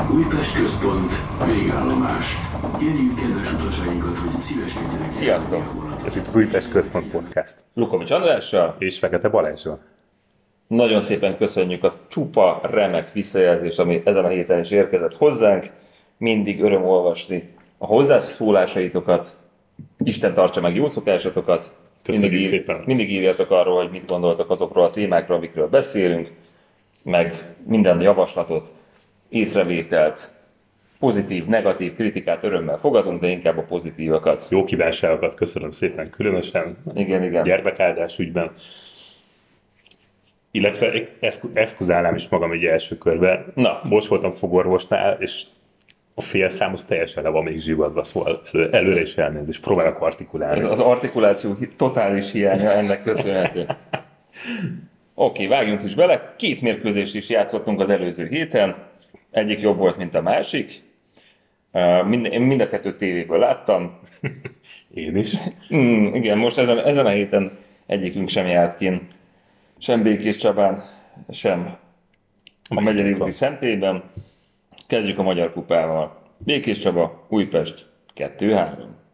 Újpest központ, végállomás. Kérjük kedves utasainkat, hogy szíveskedjenek. Sziasztok! Ez itt az Újpest Központ Podcast. Lukovics Andrással. És Fekete Balázsral. Nagyon szépen köszönjük a csupa remek visszajelzést, ami ezen a héten is érkezett hozzánk. Mindig öröm olvasni a hozzászólásaitokat. Isten tartsa meg jó szokásatokat. Köszönjük szépen. Mindig írjatok arról, hogy mit gondoltak azokról a témákról, amikről beszélünk, meg minden javaslatot, észrevételt, pozitív, negatív kritikát örömmel fogadunk, de inkább a pozitívakat. Jó kívánságokat köszönöm szépen, különösen Igen. gyermekáldás ügyben. Illetve eszkuzálnám is magam egy első körbe. Na. Most voltam fogorvosnál, és a félszám az teljesen le van még zsivadva, szóval előre is elnézést, próbálok artikulálni. Az artikuláció totális hiánya ennek köszönhető. Oké, vágjunk is bele. 2 mérkőzést is játszottunk az előző héten. Egyik jobb volt, mint a másik. Én mind a 2 tévéből láttam. Én is. Igen, most ezen a héten egyikünk sem járt kint. Sem Békés Csabán, sem a Megyeri úti Szentélyben. Kezdjük a Magyar Kupával. Békés Csaba, Újpest 2-3.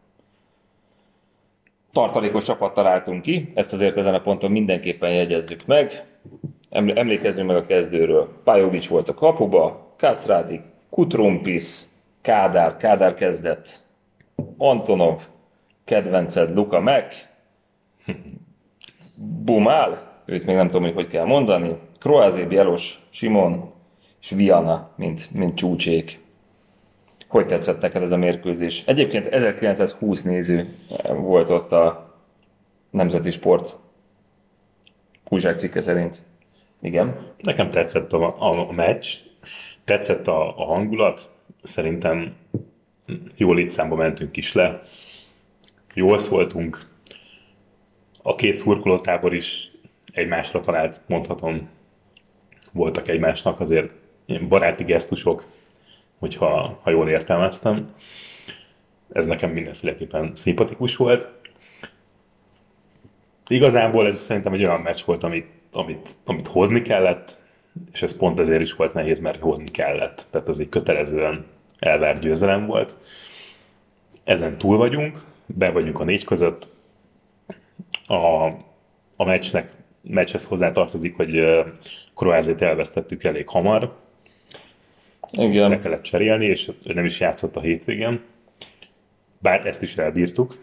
Tartalékos csapat találtunk ki, ezt azért ezen a ponton mindenképpen jegyezzük meg. Emlékezzünk meg a kezdőről. Pajovics volt a kapuba, Kastrádi, Kutrumpis, Kádár kezdett, Antonov, kedvenced Luka Mek, Bumál, őt még nem tudom, hogy kell mondani, Kroázé, Bielos, Simon és Viana, mint csúcsék. Hogy tetszett neked ez a mérkőzés? Egyébként 1920 néző volt ott a Nemzeti Sport újságcikke szerint. Igen. Nekem tetszett a meccs, tetszett a hangulat, szerintem jó létszámba mentünk is le, jól szóltunk, a 2 szurkolótábor is egymásra talált, mondhatom, voltak egymásnak azért ilyen baráti gesztusok, hogyha jól értelmeztem. Ez nekem mindenféleképpen szimpatikus volt. Igazából ez szerintem egy olyan meccs volt, amit hozni kellett, és ez pont ezért is volt nehéz, mert hozni kellett. Tehát az egy kötelezően elvárt győzelem volt. Ezen túl vagyunk, be vagyunk a 4 között. A meccshez hozzátartozik, hogy Kroázét elvesztettük elég hamar. Igen. Le kellett cserélni, és ő nem is játszott a hétvégén. Bár ezt is elbírtuk.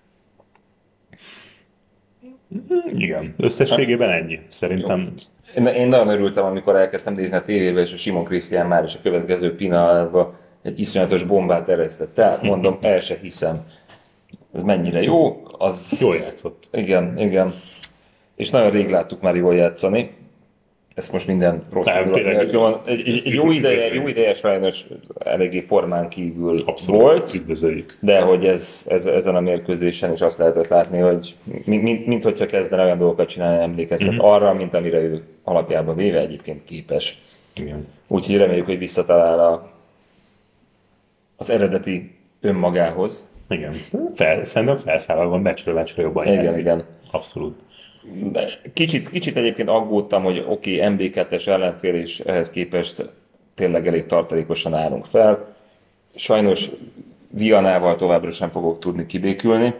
Igen, összességében ennyi. Szerintem... Én nagyon örültem, amikor elkezdtem nézni a tévébe, és a Simon Krisztián már is a következő pillanatban egy iszonyatos bombát eresztett el. Mondom, el se hiszem. Ez mennyire jó. Jól játszott. Igen. És nagyon rég láttuk már jól játszani. Ezt most minden rossz van. Egy jó ideje sajnos eléggé formán kívül abszolút volt. Üdvözöljük. De hogy ezen a mérkőzésen is azt lehetett látni, hogy minthogyha kezdene olyan dolgokat csinálni, emlékeztet arra, mint amire ő alapjában véve egyébként képes. Igen. Úgyhogy reméljük, hogy visszatalál az eredeti önmagához. Igen. Szerintem felszállva meccsről jobban játszik. Igen. Abszolút. Kicsit egyébként aggódtam, hogy oké, MB2-es ellenfél, és ehhez képest tényleg elég tartalékosan állunk fel. Sajnos Vianával továbbra sem fogok tudni kibékülni.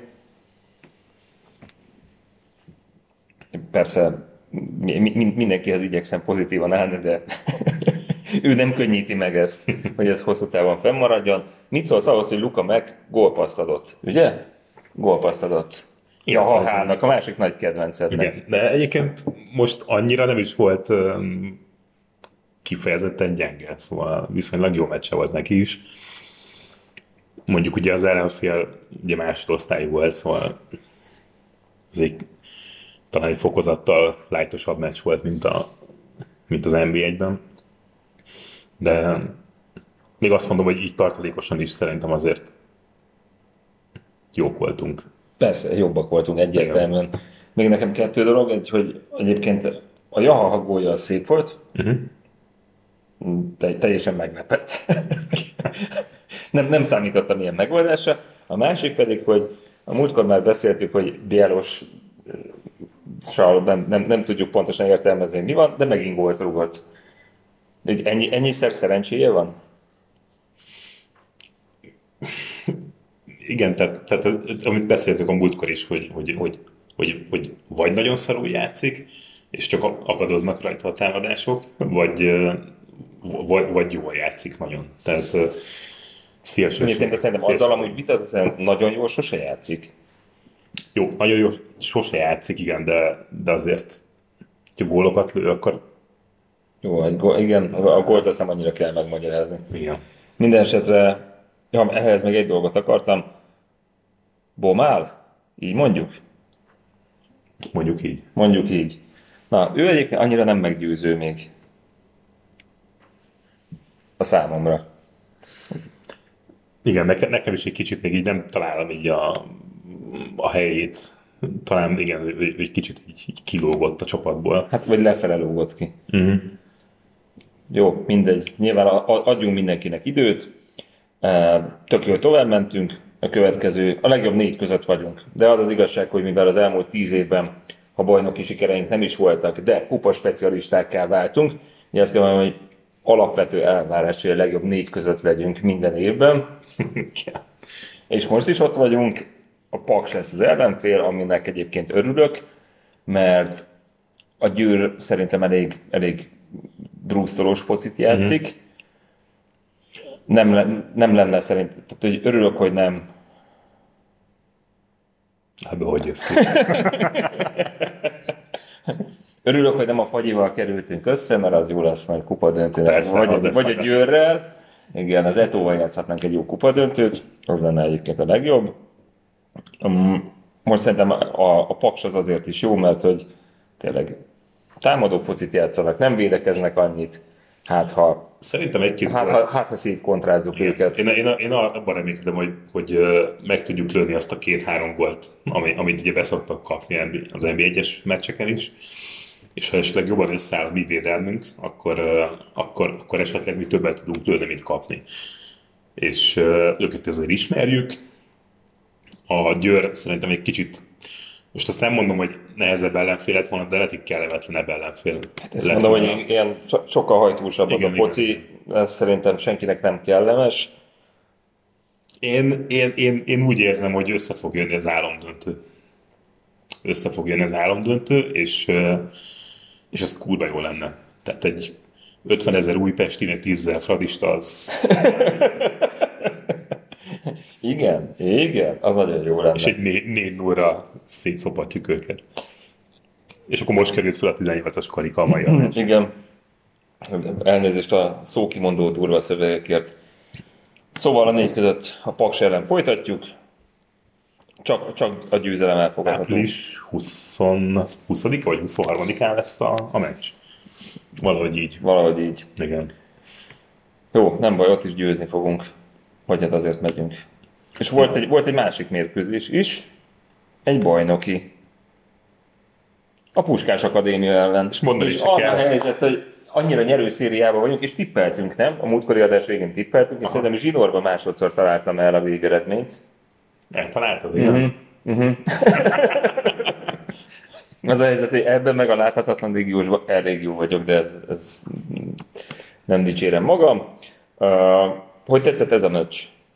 Persze mindenkihez igyekszem pozitívan állni, de ő nem könnyíti meg ezt, hogy ez hosszú távon fennmaradjon. Mit szólsz ahhoz, hogy Luka Mek gólpasszt adott, ugye? Gólpasszt adott. Jahának, a másik nagy kedvencednek. Igen, de egyébként most annyira nem is volt kifejezetten gyenge, szóval viszonylag jó meccse volt neki is. Mondjuk ugye az ellenfél ugye másodosztályú volt, szóval ez talán egy fokozattal lájtosabb meccs volt, mint az NB1-ben. De még azt mondom, hogy így tartalékosan is szerintem azért jók voltunk. Persze, jobbak voltunk egyértelműen. Még nekem 2 dolog, hogy egyébként a Jaha gólja szép volt, teljesen meglepett. nem számítottam ilyen megoldásra. A másik pedig, hogy a múltkor már beszéltük, hogy Bielossal nem tudjuk pontosan értelmezni, mi van, de megint gólt rúgott. Ennyiszer szerencséje van? Igen, tehát amit beszéltünk a múltkor is, hogy vagy nagyon szarul játszik, és csak akadoznak rajta a támadások, vagy jól játszik nagyon. Tehát Egyébként szerintem azzal amúgy vitatkozóan nagyon jól sose játszik. Jó, nagyon jó, sose játszik, igen, de azért, ha gólokat lő, akkor Jó, igen, a gólt azt nem annyira kell megmagyarázni. igen. Minden esetre, ja, ehhez még egy dolgot akartam. Bomál? Így mondjuk? Mondjuk így. Mondjuk így. Na, ő egyébként annyira nem meggyőző még. A számomra. Igen, nekem is egy kicsit még így nem találom így a helyét. Talán igen, ő egy kicsit így kilógott a csapatból. Hát, vagy lefele lógott ki. Uh-huh. Jó, mindegy. Nyilván adjunk mindenkinek időt. Tök jól tovább mentünk. A következő, a legjobb 4 között vagyunk. De az az igazság, hogy mivel az elmúlt 10 évben a bajnoki sikereink nem is voltak, de kupa specialistákká váltunk, ugye azt kell mondani, hogy alapvető elvárás, hogy a legjobb 4 között legyünk minden évben. És most is ott vagyunk, a Paks lesz az ellenfél, aminek egyébként örülök, mert a Győr szerintem elég drúztolós focit játszik. Nem lenne szerint, tehát hogy örülök, hogy nem. Ebből hogy jössz ki? Örülök, hogy nem a Fagyival kerültünk össze, mert az jó lesz majd kupadöntőnek. Persze, Vagy a Győrrel. Igen, az Etóval játszhatnánk egy jó kupadöntőt, az lenne egyébként a legjobb. Most szerintem a Paks az azért is jó, mert hogy tényleg támadó focit játszanak, nem védekeznek annyit, Szerintem egy-két ha szétkontrázzuk őket. Én abban reménykedem, hogy meg tudjuk lőni azt a 2-3 gólt, amit ugye beszoktak kapni az NB1-es meccseken is, és ha esetleg jobban összeáll a mi védelmünk, akkor esetleg mi többet tudunk lőni, mint kapni. És őket azért ismerjük. A Győr szerintem egy kicsit, most azt nem mondom, hogy nehezebb ellenfél lett volna, de lehet, hogy kellemetlenebb ellenfél. Hát ezt mondom, hogy ilyen sokkal hajtósabb az a foci, ez szerintem senkinek nem kellemes. Én úgy érzem, hogy össze fog jönni az álomdöntő. És ez kurva jó lenne. Tehát egy 50 000 újpestinek 10 000 fradista az... Igen, az nagyon jó lenne. És egy 4-0-ra szétszopatjuk őket. És akkor most került fel a 18-as karika a mai adás. Igen. Elnézést a szókimondó durva szövegekért. Szóval a 4 között a Paks ellen folytatjuk. Csak a győzelem elfogadható. Április 20-a vagy 23-án lesz a meccs. Valahogy így. Igen. Jó, nem baj, ott is győzni fogunk. Vagy hát azért megyünk. És volt egy másik mérkőzés is. Egy bajnoki. A Puskás Akadémia ellen. És mondani és is az kell. a helyzet, hogy annyira nyerő szériában vagyunk, és tippeltünk, nem? A múltkori adás végén tippeltünk, és szerintem zsinórban másodszor találtam el a végeredményt. Eltaláltad, igen? Az a helyzet, hogy ebben meg a láthatatlan régiósban elég jó vagyok, de ez nem dicsérem magam. Hogy tetszett ez a meccs?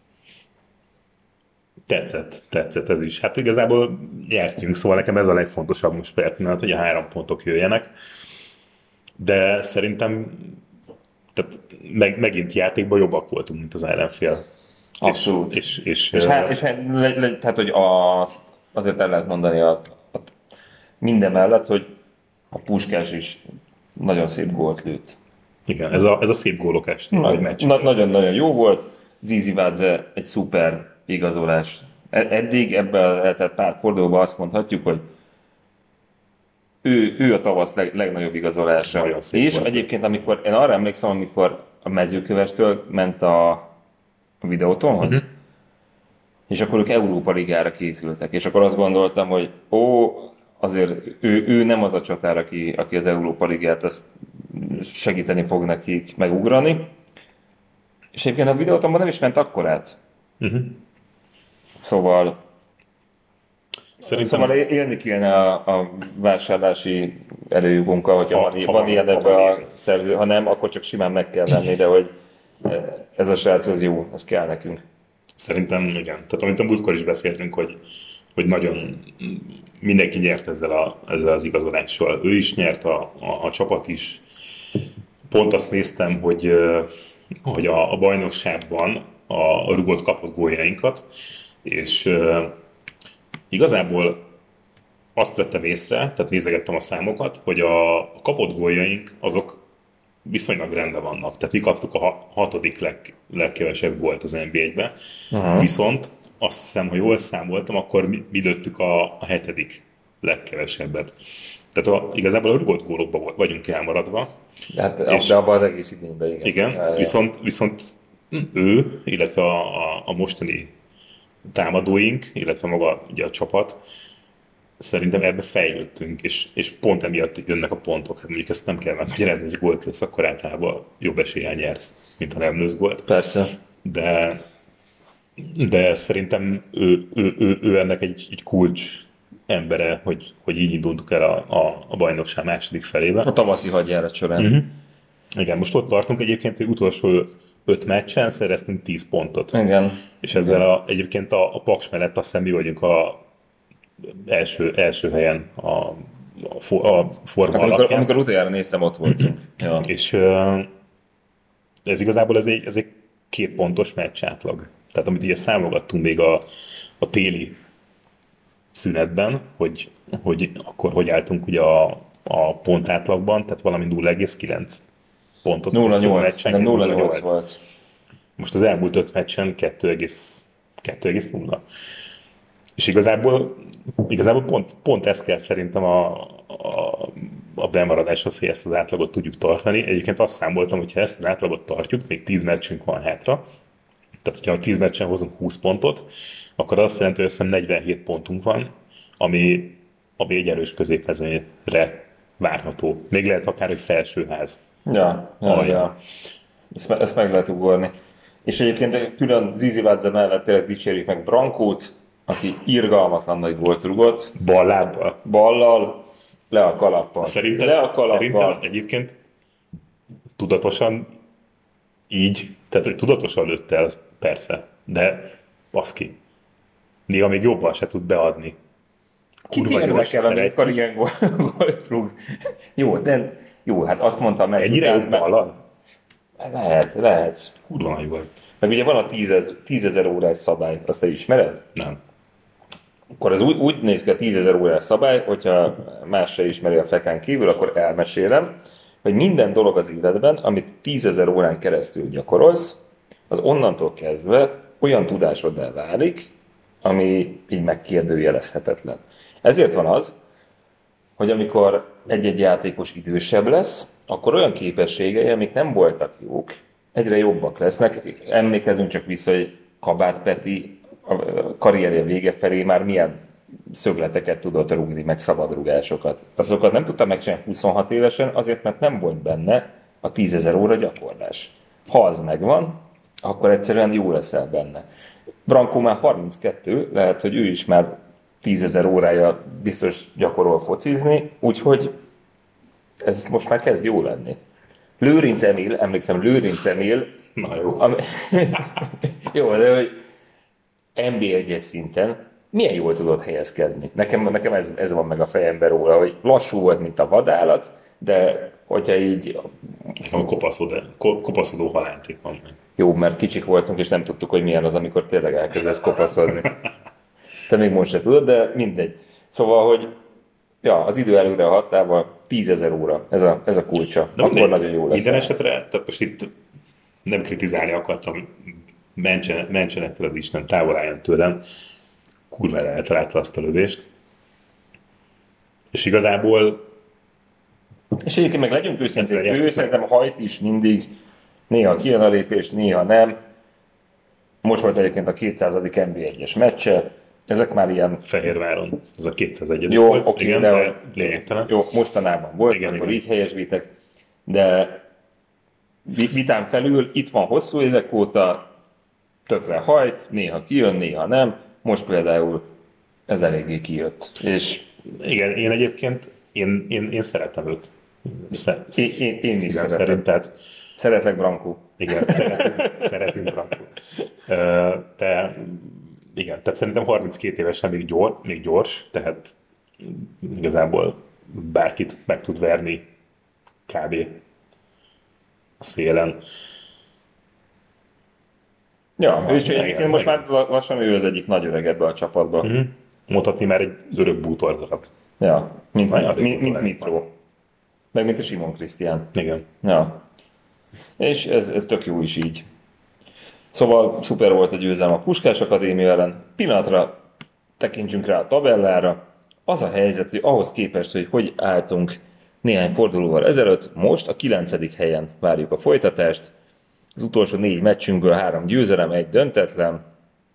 Tetszett ez is. Hát igazából nyertünk, szóval nekem ez a legfontosabb most per pillanat, hogy a 3 pontok jöjjenek. De szerintem tehát megint játékban jobbak voltunk, mint az ellenfél. Abszolút. Tehát, hogy azért el lehet mondani minden mellett, hogy a Puskás is nagyon szép gólt lőtt. Igen, ez a szép gólokás. Nagyon-nagyon jó volt. Zizivadze egy szuper igazolás. Eddig ebben az eltelt pár fordulóban azt mondhatjuk, hogy ő a tavasz legnagyobb igazolása. És volt. Egyébként, amikor én arra emlékszem, amikor a Mezőkövestől ment a Videótonhoz, és akkor ők Európa Ligára készültek, és akkor azt gondoltam, hogy azért ő nem az a csatár, aki az Európa Ligát azt segíteni fog nekik megugrani. És egyébként a Videótonban nem is ment akkorát. Szóval élni kéne a vásárlási előjogunkkal, hogyha van ilyen ebben a szerző, ha nem, akkor csak simán meg kell venni, de hogy ez a srác, ez jó, ez kell nekünk. Szerintem igen. Tehát amit a múltkor is beszéltünk, hogy nagyon mindenki nyert ezzel az igazolással. Ő is nyert, a csapat is. Pont azt néztem, hogy a bajnokságban a rugott kapott góljainkat, és igazából azt vettem észre, tehát nézegettem a számokat, hogy a kapott góljaink azok viszonylag rendben vannak. Tehát mi kaptuk a hatodik legkevesebb gólt az NB1-ben, viszont azt hiszem, ha jól számoltam, akkor mi lőttük a hetedik legkevesebbet. Tehát igazából a rugott gólokban vagyunk elmaradva. Hát, És- de abban az egész idényben, igen. Igen, Ja, ja. viszont ő, illetve a mostani támadóink, illetve maga ugye a csapat, szerintem ebbe fejlődtünk, és pont emiatt jönnek a pontok. Hát mondjuk ezt nem kell megmagyarázni, hogy gólt lesz, akkor általában jobb eséllyel nyersz, mint ha nem lősz gólt. Persze. De szerintem ő ennek egy kulcs embere, hogy így indultuk el a bajnokság második felébe. A tavaszi hadjárat során. Igen, most ott tartunk egyébként, hogy utolsó 5 meccsen szereztünk 10 pontot. Igen. És ezzel egyébként a Paks mellett azt hiszem mi vagyunk a első helyen a forma Hát alapján. amikor utoljára néztem, ott voltunk. Ja. És ez igazából ez egy 2 pontos meccs átlag. Tehát amit ugye számolgattunk még a téli szünetben, hogy akkor hogy álltunk ugye a pontátlagban, tehát valami 0,9 pontot hoztunk 0,8. meccsen, Nem 0,8 0,8. volt. Most az elmúlt 5 meccsen 2,0. És igazából pont ez kell szerintem a bemaradáshoz, hogy ezt az átlagot tudjuk tartani. Egyébként azt számoltam, hogy ha ezt az átlagot tartjuk, még 10 meccsünk van hátra, tehát hogyha a 10 meccsen hozunk 20 pontot, akkor azt jelenti, hogy azt hiszem 47 pontunk van, ami egy erős középmezőnyre várható. Még lehet akár, hogy felsőház. Ja. Alja. Ezt meg lehet ugorni. És egyébként külön Zizi Vadze mellett tényleg dicsérjük meg Brankót, aki irgalmatlan nagy gólt rugott, Bal lábbal. ballal, le a kalappal. Szerintem egyébként tudatosan így, tehát hogy tudatosan lőtte el, az persze, de baszki. Néha még jobban se tud beadni. Kit Kurva gyors, érdekel, szeretjük. amikor ilyen gólt rúg? Jó, hát azt mondtam meg. Ennyire jobb ballal? Lehet. Kurva nagy volt. Meg ugye van a 10.000 órás szabály, azt te ismered? Nem. Akkor az úgy néz ki a 10.000 órás szabály, hogyha más se ismeri a fekán kívül, akkor elmesélem, hogy minden dolog az életben, amit 10.000 órán keresztül gyakorolsz, az onnantól kezdve olyan tudásoddá válik, ami így megkérdőjelezhetetlen. Ezért van az, hogy amikor egy-egy játékos idősebb lesz, akkor olyan képességei, amik nem voltak jók, egyre jobbak lesznek. Emlékezzünk csak vissza, hogy Kabát Peti a karrierje vége felé már milyen szögleteket tudott rúgni, meg szabadrugásokat. Azokat nem tudta megcsinálni 26 évesen, azért, mert nem volt benne a 10.000 óra gyakorlás. Ha az megvan, akkor egyszerűen jó leszel benne. Brankó már 32, lehet, hogy ő is már 10.000 órája biztos gyakorol focizni, úgyhogy ez most már kezd jó lenni. Lőrinc Emil, emlékszem, Lőrinc Emil, Na jó. jó, de hogy NB1-es szinten milyen jól tudott helyezkedni. Nekem ez van meg a fejemben róla, hogy lassú volt, mint a vadállat, de hogyha így... Nekem a kopaszodó halánték van meg. Jó, mert kicsik voltunk, és nem tudtuk, hogy milyen az, amikor tényleg elkezdesz kopaszodni. Te még most se tudod, de mindegy. Szóval, hogy ja, az idő előre hatával 10.000 óra, ez a kulcsa. De akkor nagyon jó lesz. Minden esetre, tehát most itt nem kritizálni akartam, mentsenettől az Isten távol álljon tőlem, kurvára eltalálta azt a lövést. És igazából És egyébként meg legyünk őszinték, Ezzel ő szerintem hajt is mindig, néha kijön a lépés, néha nem. Most volt egyébként a 200. NB1-es meccse, ezek már ilyen, Fehérváron, ez a 201. jó, volt, oké, igen, de de lényegtelen. jó, mostanában volt, Igen, akkor igen. így helyesvítek, de vitán felül itt van hosszú évek óta, tökre hajt, néha kijön, néha nem, most például ez eléggé kijött. És Igen, én egyébként, én szeretem őt. Én is Szívem szeretem. szerint, tehát szeretlek, Brankó. igen, szeretünk Brankót. Igen, tehát szerintem 32 évesen még gyors, tehát igazából bárkit meg tud verni kb. A szélen. Ja, és igen, egyébként most igen. már lassan ő az egyik nagy öreg ebbe a csapatba. Mondhatni már egy örök bútor darab. Ja, mint, Nagyon mint, régóta mint velünk Mitro. Meg mint a Simon Krisztián. Igen. Ja. És ez tök jó is így. Szóval szuper volt a győzelem a Puskás Akadémia ellen. Pillanatra tekintsünk rá a tabellára. Az a helyzet, hogy ahhoz képest, hogy álltunk néhány fordulóval ezelőtt, most a 9. helyen várjuk a folytatást. Az utolsó 4 meccsünkből 3 győzelem, 1 döntetlen.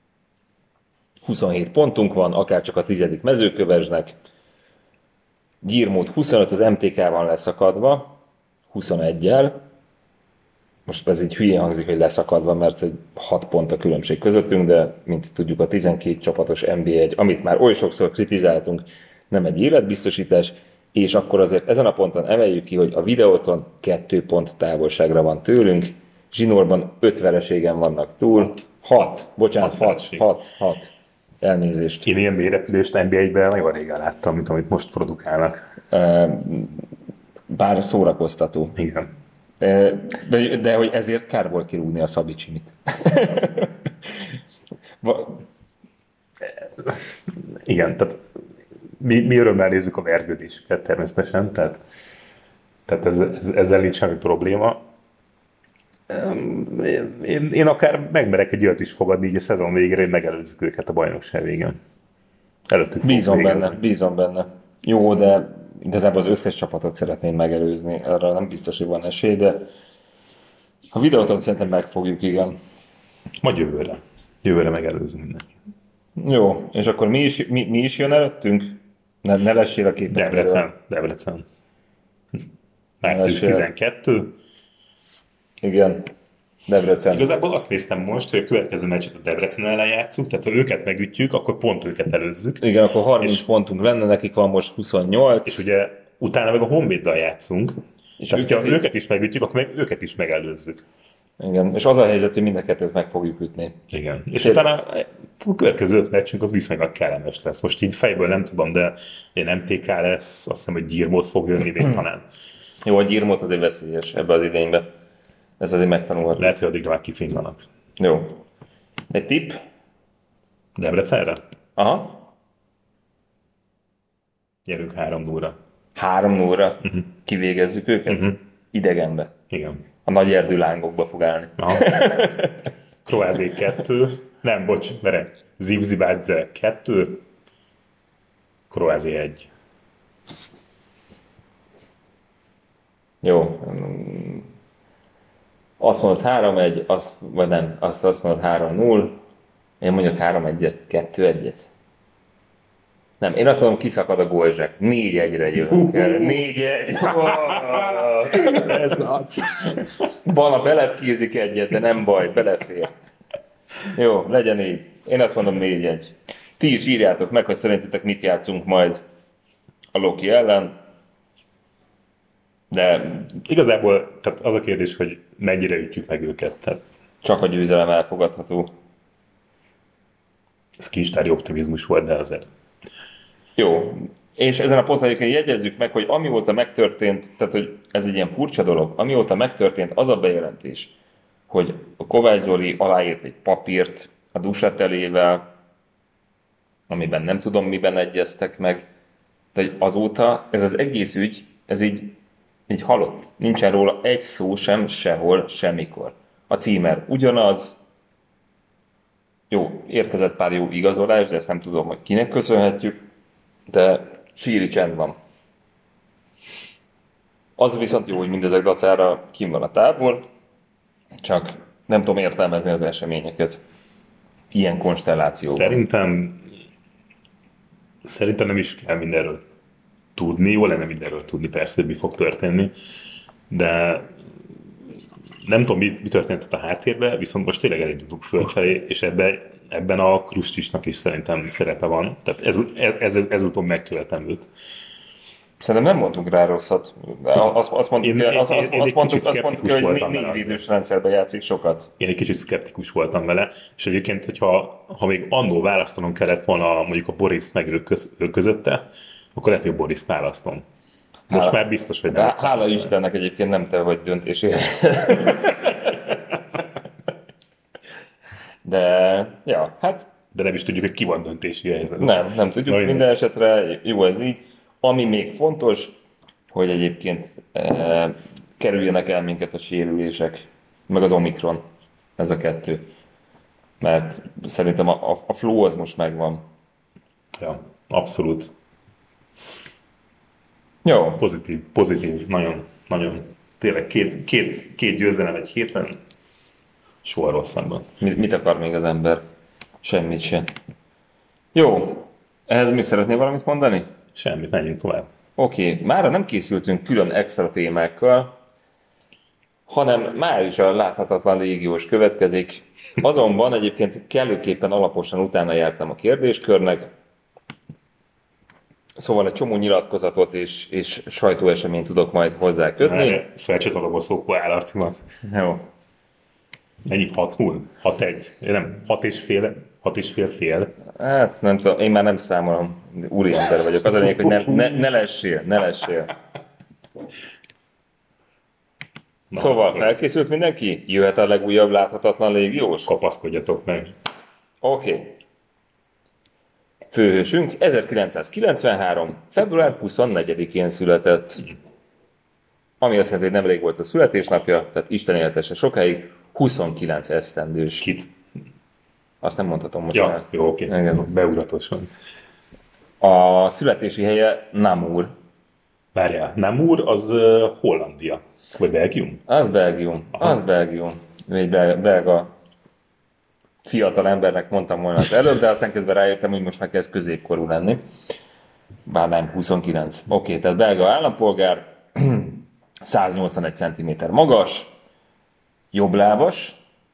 27 pontunk van, akár csak a 10. mezőkövesnek. Gyirmót 25, az MTK-ban leszakadva, 21-jel. Most ez így hülyén hangzik, hogy leszakadva, mert egy 6 pont a különbség közöttünk, de mint tudjuk, a 12 csapatos NB1, amit már oly sokszor kritizáltunk, nem egy életbiztosítás, és akkor azért ezen a ponton emeljük ki, hogy a videóton 2 pont távolságra van tőlünk, zsinórban 5 vereségen vannak túl, 6, bocsánat, 6, vereség. 6, 6, elnézést. Én ilyen mélyrepülést NBA-ben nagyon régen láttam, mint amit most produkálnak. Bár szórakoztató. Igen. De hogy ezért kár volt kirúgni a Szabicsimit. Igen, tehát mi örömmel nézzük a vergődésüket természetesen, tehát ezzel nincs semmi probléma. Én akár megmerek egy olyat is fogadni így a szezon végére, hogy megelőzzük őket a bajnokság végén. Előttük Bízom benne. Jó, de igazából az összes csapatot szeretném megelőzni, arra nem biztos, hogy van esély, de a videót szerintem megfogjuk, igen. Majd jövőre. Jövőre megelőzünk mindenkit. Jó, és akkor mi is jön előttünk? Ne lessél a képen. Debrecen. Március Lessél. 12. Igen, Debrecen. Igazából azt néztem most, hogy a következő meccset a Debrecen ellen játszunk, tehát ha őket megütjük, akkor pont őket előzzük. Igen, akkor 30 pontunk lenne, nekik van most 28. És ugye utána meg a Honvéddal játszunk, és tehát, ha őket is megütjük, akkor meg őket is megelőzzük. Igen, és az a helyzet, hogy mind a kettőt meg fogjuk ütni. Igen. És utána a következő 5 meccsünk az viszonylag kellemes lesz. Most így fejből nem tudom, de én MTK lesz, azt hiszem, hogy Gyirmót fog jönni még talán. Jó, a Gyirmót azért veszélyes ebbe az idénybe. Ez azért megtanulható. Lehet, hogy addigra már kifinganak. Jó. Egy tipp? Debrecenre? Aha. Gyerünk 3-0-ra. 3-0-ra kivégezzük őket? Idegenbe. Igen. A nagy erdő lángokba fog állni. Aha. Kroázé 2. Nem, bocs, vere. Zivzibadze 2. Kroázé 1. Jó. Azt mondod 3-1, vagy nem, azt mondod 3-0. Én mondjuk 3-1-et, 2-1-et. Nem, én azt mondom, kiszakad a gólzsák. 4-1-re jövünk el. 4-1. Ez az. Bana belepkízik egyet, de nem baj, belefér. Jó, legyen így. Én azt mondom 4-1. Ti is írjátok meg, hogy szerintetek mit játszunk majd a Loki ellen. De Igazából tehát az a kérdés, hogy mennyire ütjük meg őket. Tehát csak a győzelem elfogadható. ez kincstári optimizmus volt, de azért. Jó. És ezen a ponton egyébként jegyezzük meg, hogy amióta megtörtént, tehát hogy ez egy ilyen furcsa dolog, amióta megtörtént az a bejelentés, hogy a Kovács Zoli aláírt egy papírt a Dusatelével, amiben nem tudom miben egyeztek meg, de hogy azóta ez az egész ügy, ez így halott. Nincsen róla egy szó sem, sehol, semmikor. A címer ugyanaz, jó, érkezett pár jó igazolás, de ezt nem tudom, hogy kinek köszönhetjük, de síri csend van. Az viszont jó, hogy mindezek dacára kim van a tábor, csak nem tudom értelmezni az eseményeket ilyen konstellációban. Szerintem nem is kell mindenről tudni, jó lenne mindenről tudni persze, hogy mi fog történni, de nem tudom, mi történt a háttérben, viszont most tényleg elindulunk fölfelé, és ebben a Krustisnak is szerintem szerepe van. Tehát ezúton megkövetem őt. Szerintem nem mondtunk rá rosszat. Azt mondtuk, Én egy kicsit azt mondtuk, szkeptikus hogy voltam vele négy azért. védős rendszerben játszik sokat. Én egy kicsit szkeptikus voltam vele, és egyébként, ha még annól választanom kellett volna mondjuk a Boris meg ő közötte, akkor lehet, hogy a Boriszt választom. Most már biztos, hogy nem De ott hála választom. Istennek egyébként nem te vagy döntési. De, ja, hát De nem is tudjuk, hogy ki van döntési helyzetben. nem tudjuk. Na, Minden esetre jó ez így. Ami még fontos, hogy egyébként kerüljenek el minket a sérülések, meg az Omikron, ez a kettő. Mert szerintem a flow az most megvan. Ja, abszolút. Jó, Pozitív, nagyon, nagyon. Tényleg két győzelem egy héten, soha rosszabban. mit akar még az ember? Semmit sem. Jó, ehhez még szeretnél valamit mondani? Semmit, menjünk tovább. Oké, mára nem készültünk külön extra témákkal, hanem már is a láthatatlan légiós következik. Azonban egyébként kellőképpen alaposan utána jártam a kérdéskörnek, szóval egy csomó nyilatkozatot és sajtóeseményt tudok majd hozzá kötni. Felcsatolom a szókó állarcimat. Jó. Mennyi? 6-0? 6-1? Nem, 6,5 fél. Hát nem tudom, én már nem számolom, úriember vagyok. Az a lényeg, hogy ne lessél, ne lessél. Na, Szóval felkészült mindenki? Jöhet a legújabb láthatatlan légiós? kapaszkodjatok meg. Oké. Főhősünk 1993. február 24-én született. Ami azt jelenti, hogy nemrég volt a születésnapja, tehát Isten éltesse sokáig, 29 esztendős. Kit? Azt nem mondhatom most Ja, már. jó, oké. Igen. Beugratós A születési helye Namur. Várjál, Namur az Hollandia. Vagy Belgium? Az Belgium. Az Belgium. Egy belga fiatal embernek mondtam volna az előbb, de aztán közben rájöttem, hogy most már kezd középkorú lenni. Bár nem, 29. Oké, tehát belga állampolgár, 181 cm magas, jobblábas,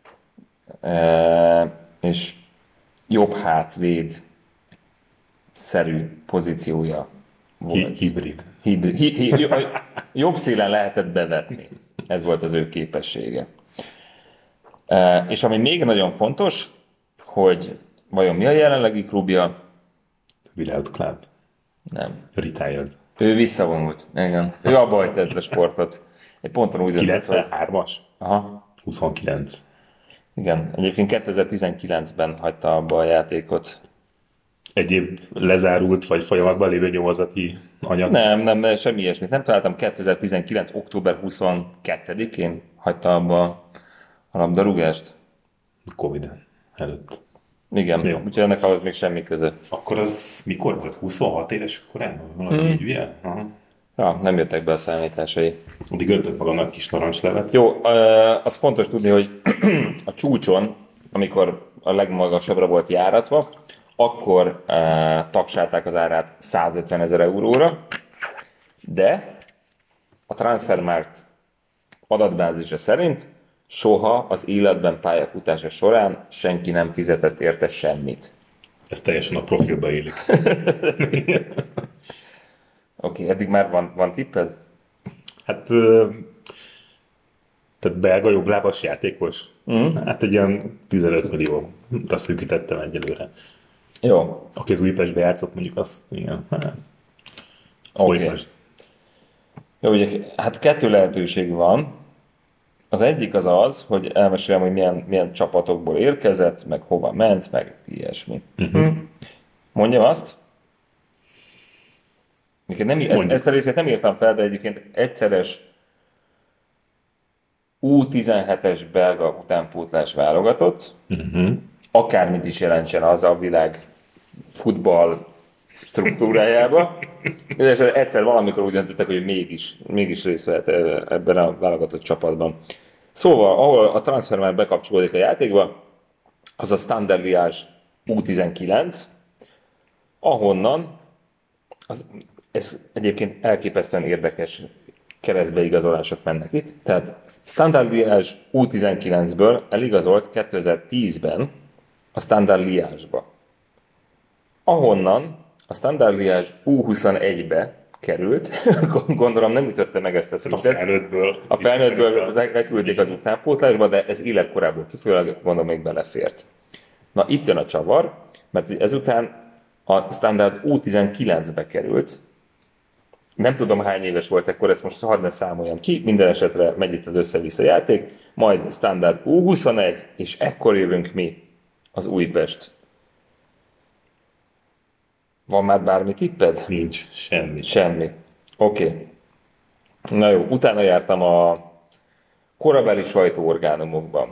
és jobb hátvéd szerű pozíciója volt. Hibrid. Jobb szélen lehetett bevetni. Ez volt az ő képessége. És ami még nagyon fontos, hogy vajon mi a jelenlegi klubja? Without Club. Nem. Retired. Ő visszavonult. Igen. Ő abba hagyta ezt a sportot. Egy ponton úgy döntött, hogy... 93-as? Aha. 29. Igen. Egyébként 2019-ben hagyta abba a játékot. Egyéb lezárult vagy folyamatban lévő nyomozati anyag? Nem, semmi ilyesmit. Nem találtam. 2019. október 22-én hagyta abba a labdarúgást. Covid előtt. Igen. Jó. Úgyhogy ennek ahhoz még semmi köze. Akkor az mikor volt? 26 éves korában? Valami így, ugye? Aha. Ja, nem jöttek be a számításai. Addig öntött magamnak kis narancslevet. Jó, az fontos tudni, hogy a csúcson, amikor a legmagasabbra volt járatva, akkor taksálták az árát 150 000 euróra, de a Transfermarkt adatbázisa szerint soha az életben pályafutása során senki nem fizetett érte semmit. Ez teljesen a profilba élik. Oké, eddig már van tipped? Hát, tehát belga jobblábas játékos? Hát egy ilyen 15 millióra szűkítettem egyelőre. Jó, Aki az Újpestbe játszott, mondjuk azt, igen. Hát, oké. Újpest. Jó, ugye, hát kettő lehetőség van. Az egyik az, hogy elmesélem, hogy milyen csapatokból érkezett, meg hova ment, meg ilyesmi. Mondjam azt? Ezt a részét nem írtam fel, de egyébként egyszeres U17-es belga utánpótlás válogatott, akármit is jelentsen az a világ futball struktúrájába. És egyszer valamikor úgy döntöttek, hogy mégis részt vehet ebben a válogatott csapatban. Szóval, ahol a transfer már bekapcsolódik a játékba, az a Standard Liège U19, ahonnan, ez egyébként elképesztően érdekes keresztbeigazolások mennek itt. Tehát Standard Liège U19-ből eligazolt 2010-ben a Standard Liège-ba. Ahonnan a Standard Liège U21-be került. Gondolom nem ütötte meg ezt a A szintet. felnőttből. A felnőttből leküldték az utánpótlásba, de ez életkorából kifolyólag gondolom még belefért. Na itt jön a csavar, mert ezután a Standard U19-be került. Nem tudom hány éves volt ekkor, ezt most hadd ne számoljam ki, minden esetre megy itt az össze-vissza játék, majd Standard U21, és ekkor jövünk mi, az Újpest. Van már bármi tipped? Nincs semmi. Semmi. Oké. Na jó, utána jártam a korabeli sajtóorgánumokban.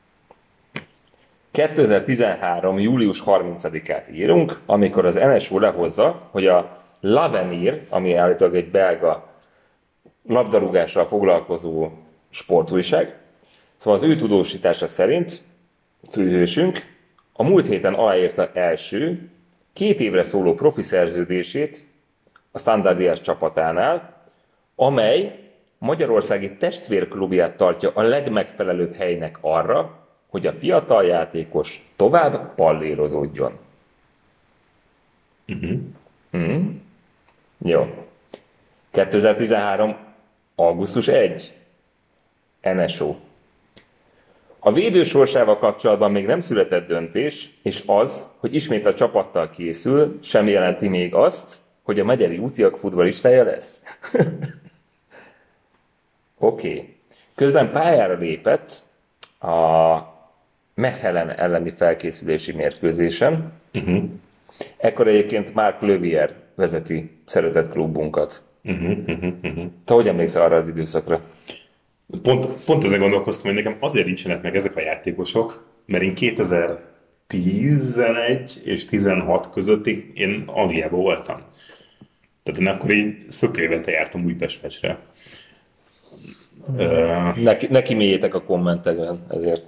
2013. július 30-át írunk, amikor az NSU lehozza, hogy a L'Avenir, ami állítólag egy belga labdarúgással foglalkozó sportújság, szóval az ő tudósítása szerint főhősünk a múlt héten aláírta első 2 évre szóló profi szerződését a Standard Liège csapatánál, amely magyarországi testvérklubját tartja a legmegfelelőbb helynek arra, hogy a fiatal játékos tovább pallérozódjon. Jó. 2013. augusztus 1. NSO. A védő sorsával kapcsolatban még nem született döntés, és az, hogy ismét a csapattal készül, sem jelenti még azt, hogy a megyeri útiak futballistája lesz. Oké. Közben pályára lépett a Mechelen elleni felkészülési mérkőzésen. Ekkor egyébként Marc Levier vezeti szeretett klubunkat. Te hogy emlékszel arra az időszakra? Pont ezen gondolkoztam, hogy nekem azért nincsenek meg ezek a játékosok, mert én 2011 és 16 között én Angliában voltam. Tehát én akkor így szökőévente jártam Újpest meccsre. Neki mélyétek a kommentekben, ezért.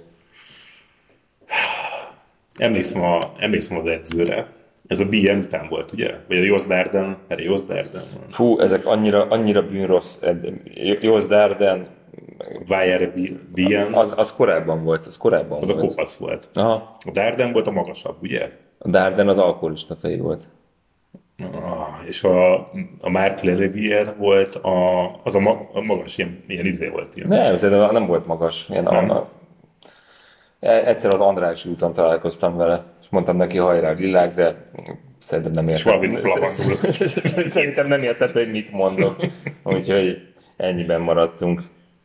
Emlékszem az edzőre. Ez a BM után volt, ugye? Vagy a Jos Darden? Fú, ezek annyira bűnrossz. Jos Darden. Vajere BM. Az korábban volt, Az volt. a kopasz volt. Aha. A Darden volt a magasabb, ugye? A Darden az alkoholista fej volt. És a Marc Lelevier volt az a magas, ilyen izé volt. Ilyen. Nem, szerintem nem volt magas. Egyszer az Andrássy úton találkoztam vele, és mondtam neki hajrá Lillák, de szerintem nem értett. És valamit flamangul. Szerintem nem értett, hogy mit mondok. Úgyhogy ennyiben maradtunk.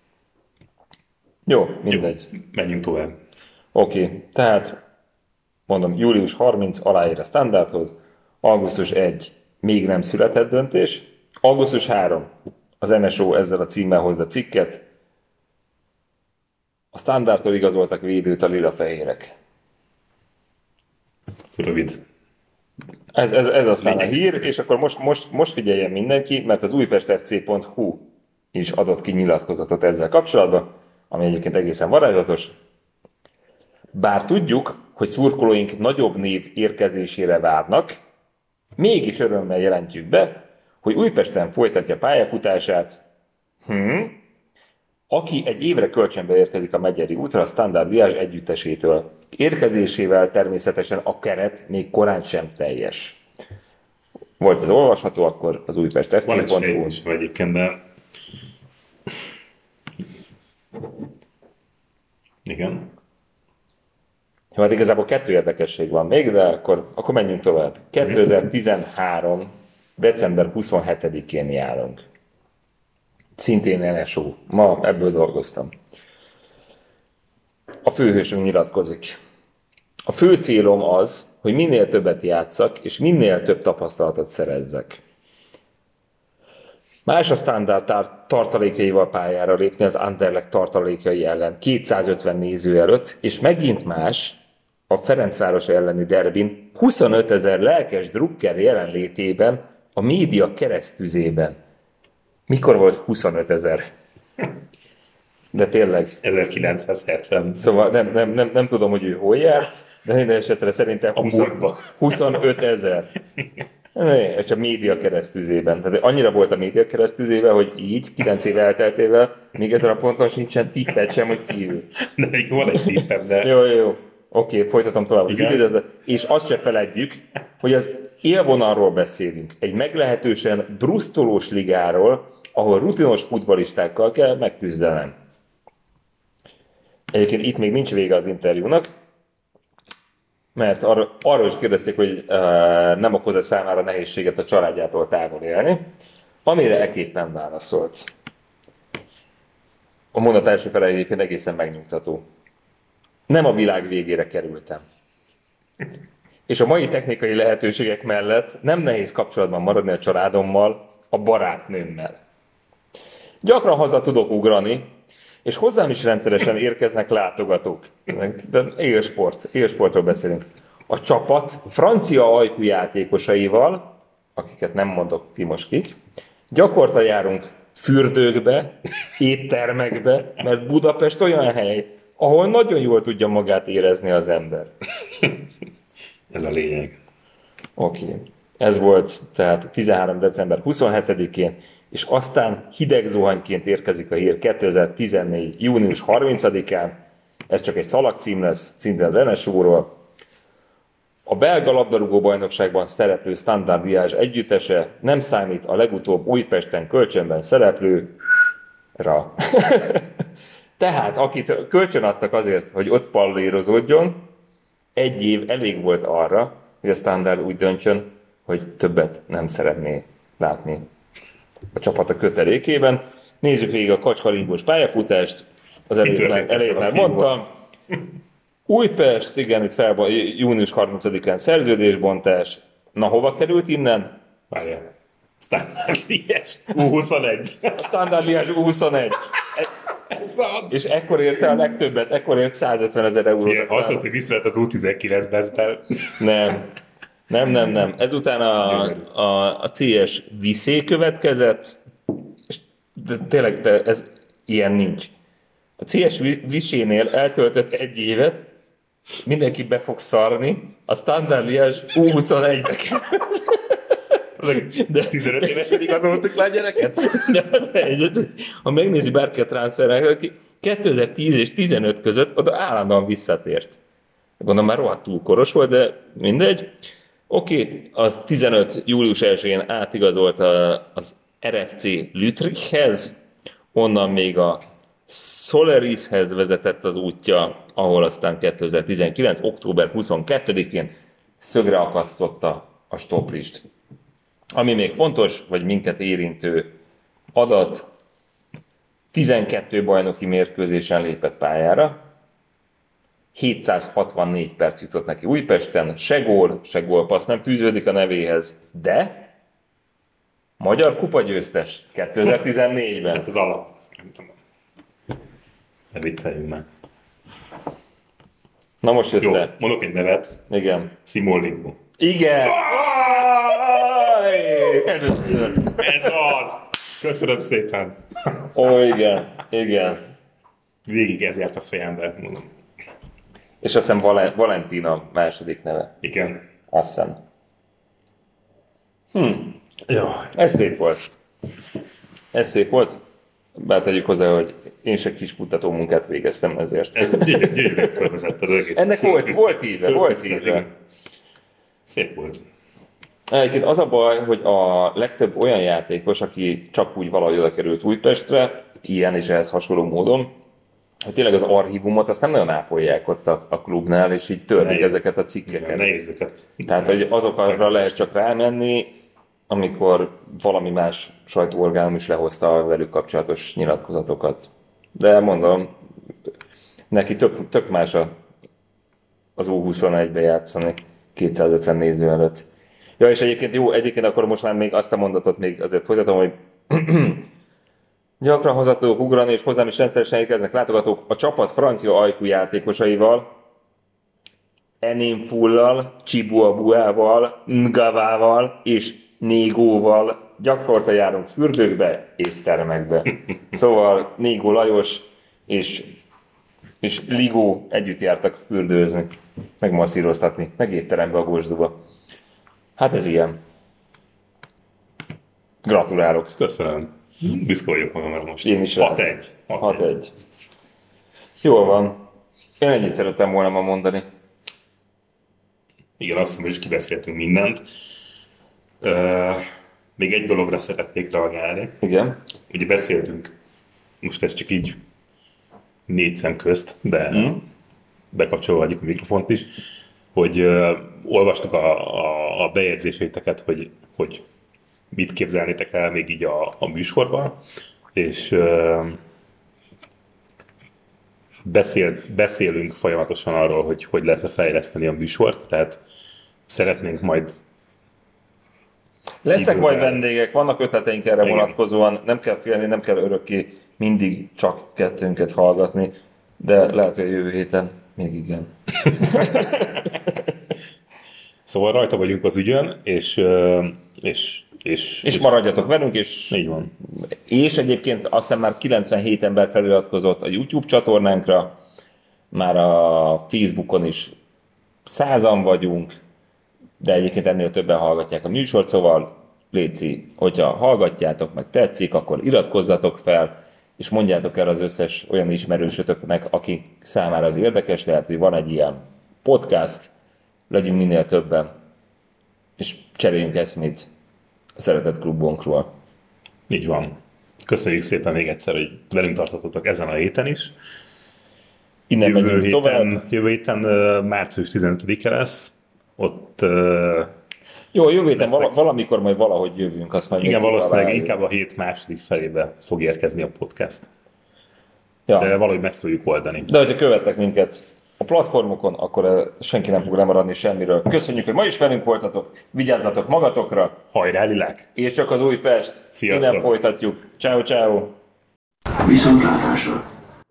Jó, mindegy. Jó, menjünk tovább. Oké, tehát mondom, július 30 aláír a Standardhoz, augusztus 1 még nem született döntés, augusztus 3 az NSO ezzel a címmel hozza cikket, a Standardtól igazoltak védőt a lila-fehérek. Rövid. Ez aztán a hír, és akkor most figyeljen mindenki, mert az újpestfc.hu is adott ki nyilatkozatot ezzel kapcsolatban, ami egyébként egészen varázslatos. Bár tudjuk, hogy szurkolóink nagyobb név érkezésére várnak, mégis örömmel jelentjük be, hogy Újpesten folytatja pályafutását, aki egy évre kölcsönbe érkezik a Megyeri útra a Standard Liège együttesétől. Érkezésével természetesen a keret még korán sem teljes. Volt ez olvasható akkor az újpestfc.hu. Van egy sejtésem egyébként, de... Igen. Jó, hát igazából 2 érdekesség van még, de akkor menjünk tovább. 2013. december 27-én járunk. Szintén NSO. Ma ebből dolgoztam. A főhősünk nyilatkozik. A fő célom az, hogy minél többet játszak, és minél több tapasztalatot szerezzek. Más a Standard tartalékaival pályára lépni az Anderlecht tartalékai ellen 250 néző előtt, és megint más a Ferencváros elleni derbin 25 000 lelkes drukker jelenlétében a média keresztüzében. Mikor volt 25 000? De tényleg. 1970. Szóval nem tudom, hogy ő hol járt, de minden esetre szerintem 25 000. Ez csak média keresztüzében. Tehát annyira volt a média keresztüzében, hogy így 9 év elteltével még ezen a ponton sincsen tippet sem, hogy ki ő. De még van egy tippem, de... Jó. Oké, folytatom tovább az idézetet. És azt se feledjük, hogy az élvonalról beszélünk, egy meglehetősen brusztolós ligáról, ahol rutinos futballistákkal kell megküzdenem. Egyébként itt még nincs vége az interjúnak, mert arról is kérdezték, hogy nem okoz-e számára nehézséget a családjától távol élni, amire eképpen válaszolt. A mondat első fele egyébként egészen megnyugtató. Nem a világ végére kerültem. És a mai technikai lehetőségek mellett nem nehéz kapcsolatban maradni a családommal, a barátnőmmel. Gyakran haza tudok ugrani, és hozzám is rendszeresen érkeznek látogatók. Élsportról beszélünk. A csapat francia ajkú játékosaival, akiket nem mondok ki most kik, gyakorta járunk fürdőkbe, éttermekbe, mert Budapest olyan hely, ahol nagyon jól tudja magát érezni az ember. Ez a lényeg. Oké. Ez volt tehát 13. december 27-én, és aztán hideg zuhanyként érkezik a hír 2014. június 30-án. Ez csak egy szalagcím lesz, szintén az NSU-ról. A belga labdarúgó bajnokságban szereplő Standard Liège együttese nem számít a legutóbb Újpesten kölcsönben szereplőra. Tehát, akit kölcsön adtak azért, hogy ott pallérozódjon, egy év elég volt arra, hogy a Standard úgy döntsön, hogy többet nem szeretné látni a csapat a kötelékében. Nézzük végig a kacskaringós pályafutást. Az elejét már mondtam. Újpest, igen, itt június 30-án szerződésbontás. Na, hova került innen? Várjál. Standard Liège U21. Standard Liège U21. És ekkor érte a legtöbbet, ekkor ért 150 000 eurót. Igen, azt mondta, hogy visszahet az U19-be, ezzel... Nem. Ezután a CS Viszé következett, és tényleg ez ilyen nincs. A CS Visénél eltöltött egy évet, mindenki be fog szarni, a Standard Liège U21-be került. De 15 évesen igazoltuk le a gyereket? Ha megnézi bárki a transfernek, aki 2010 és 15 között oda állandóan visszatért. Gondolom már rohadt túl koros volt, de mindegy. Oké, az 15. július 1-én átigazolt az RFC Lütrichhez, onnan még a Solarishez vezetett az útja, ahol aztán 2019. október 22-én szögre akasztotta a stoplist. Ami még fontos, vagy minket érintő adat, 12 bajnoki mérkőzésen lépett pályára, 764 perc jutott neki Újpesten, se gólpassz nem fűződik a nevéhez, de magyar kupagyőztes 2014-ben. Hát az alap. Nem tudom. Ne vicceljünk már. Na most jössz Jó, te. mondok egy nevet. Igen. Simon Ligó. Igen! Először. Ez az! Köszönöm szépen. Ó, igen. Végig ez járt a fejembe, mondom. És azt hiszem Valentina második neve. Igen. Azt hiszem. Jó. Ez szép volt. Bár tegyük hozzá, hogy én se kis kutató munkát végeztem ezért. Ez gyönyörűen felvezetted egész. Ennek volt íze. Szép volt. Egyébként az a baj, hogy a legtöbb olyan játékos, aki csak úgy valahogy oda került Újpestre, ilyen és ehhez hasonló módon, hogy tényleg az archívumot azt nem nagyon ápolják ott a klubnál, és így törlik ezeket a cikkeket. Nehéz őket. Tehát, hogy azokra lehet csak rámenni, amikor valami más sajtóorgánum is lehozta velük kapcsolatos nyilatkozatokat. De mondom, neki tök más az U21-be játszani 250 néző előtt. Ja, és egyébként akkor most már még azt a mondatot még azért folytatom, hogy gyakran haza tudok ugrani, és hozzám is rendszeresen érkeznek látogatók a csapat francia ajkú játékosaival, Eninfullal, Chibuabuával, Ngavával és Négóval gyakorta járunk fürdőkbe, éttermekbe. Szóval Négó Lajos és Ligó együtt jártak fürdőzni, meg masszíroztatni, meg étterembe a Gósduba. Hát ez ilyen. Gratulálok. Köszönöm. Büszke vagyok magamra most. Én is. 6-1. 6-1. Jól van. Én ennyit szerettem volna ma mondani. Igen, azt hiszem, hogy is kibeszéltünk mindent. Még egy dologra szeretnék reagálni. Igen. Ugye beszéltünk, most ez csak így 4 szem közt, de bekapcsolva a mikrofont is, hogy olvastuk a bejegyzéseiteket, hogy mit képzelnétek el még így a műsorban, és beszélünk folyamatosan arról, hogy lehetne fejleszteni a műsort, tehát szeretnénk majd Lesznek idővel- majd vendégek, vannak ötleteink erre Igen. vonatkozóan, nem kell félni, nem kell örökké mindig csak kettőnket hallgatni, de lehet, hogy a jövő héten még igen. Szóval rajta vagyunk az ügyön, és maradjatok velünk, így van. és egyébként azt hiszem már 97 ember feliratkozott a YouTube csatornánkra, már a Facebookon is 100-an vagyunk, de egyébként ennél többen hallgatják a műsort, szóval léci, hogyha hallgatjátok, meg tetszik, akkor iratkozzatok fel, és mondjátok el az összes olyan ismerősötöknek, akik számára az érdekes lehet, hogy van egy ilyen podcast, legyünk minél többen, és cseréljünk eszmét a Szeretett Klubunkról. Így van. Köszönjük szépen még egyszer, hogy velünk tartottatok ezen a héten is. Innen megyünk tovább. Jövő héten március 15-e lesz. Ott Jó, jövő héten lesznek. valamikor majd valahogy jövünk, azt majd igen, még valószínűleg kitaláljuk. inkább a hét második felébe fog érkezni a podcast. Ja. De valahogy meg fogjuk oldani. De hogyha követtek minket a platformokon, akkor senki nem fog lemaradni semmiről. Köszönjük, hogy ma is velünk voltatok, vigyázzatok magatokra, Hajrá, Lilák! és csak az Újpest. Sziasztok! Innen folytatjuk. Ciao, ciao. Viszontlátásra!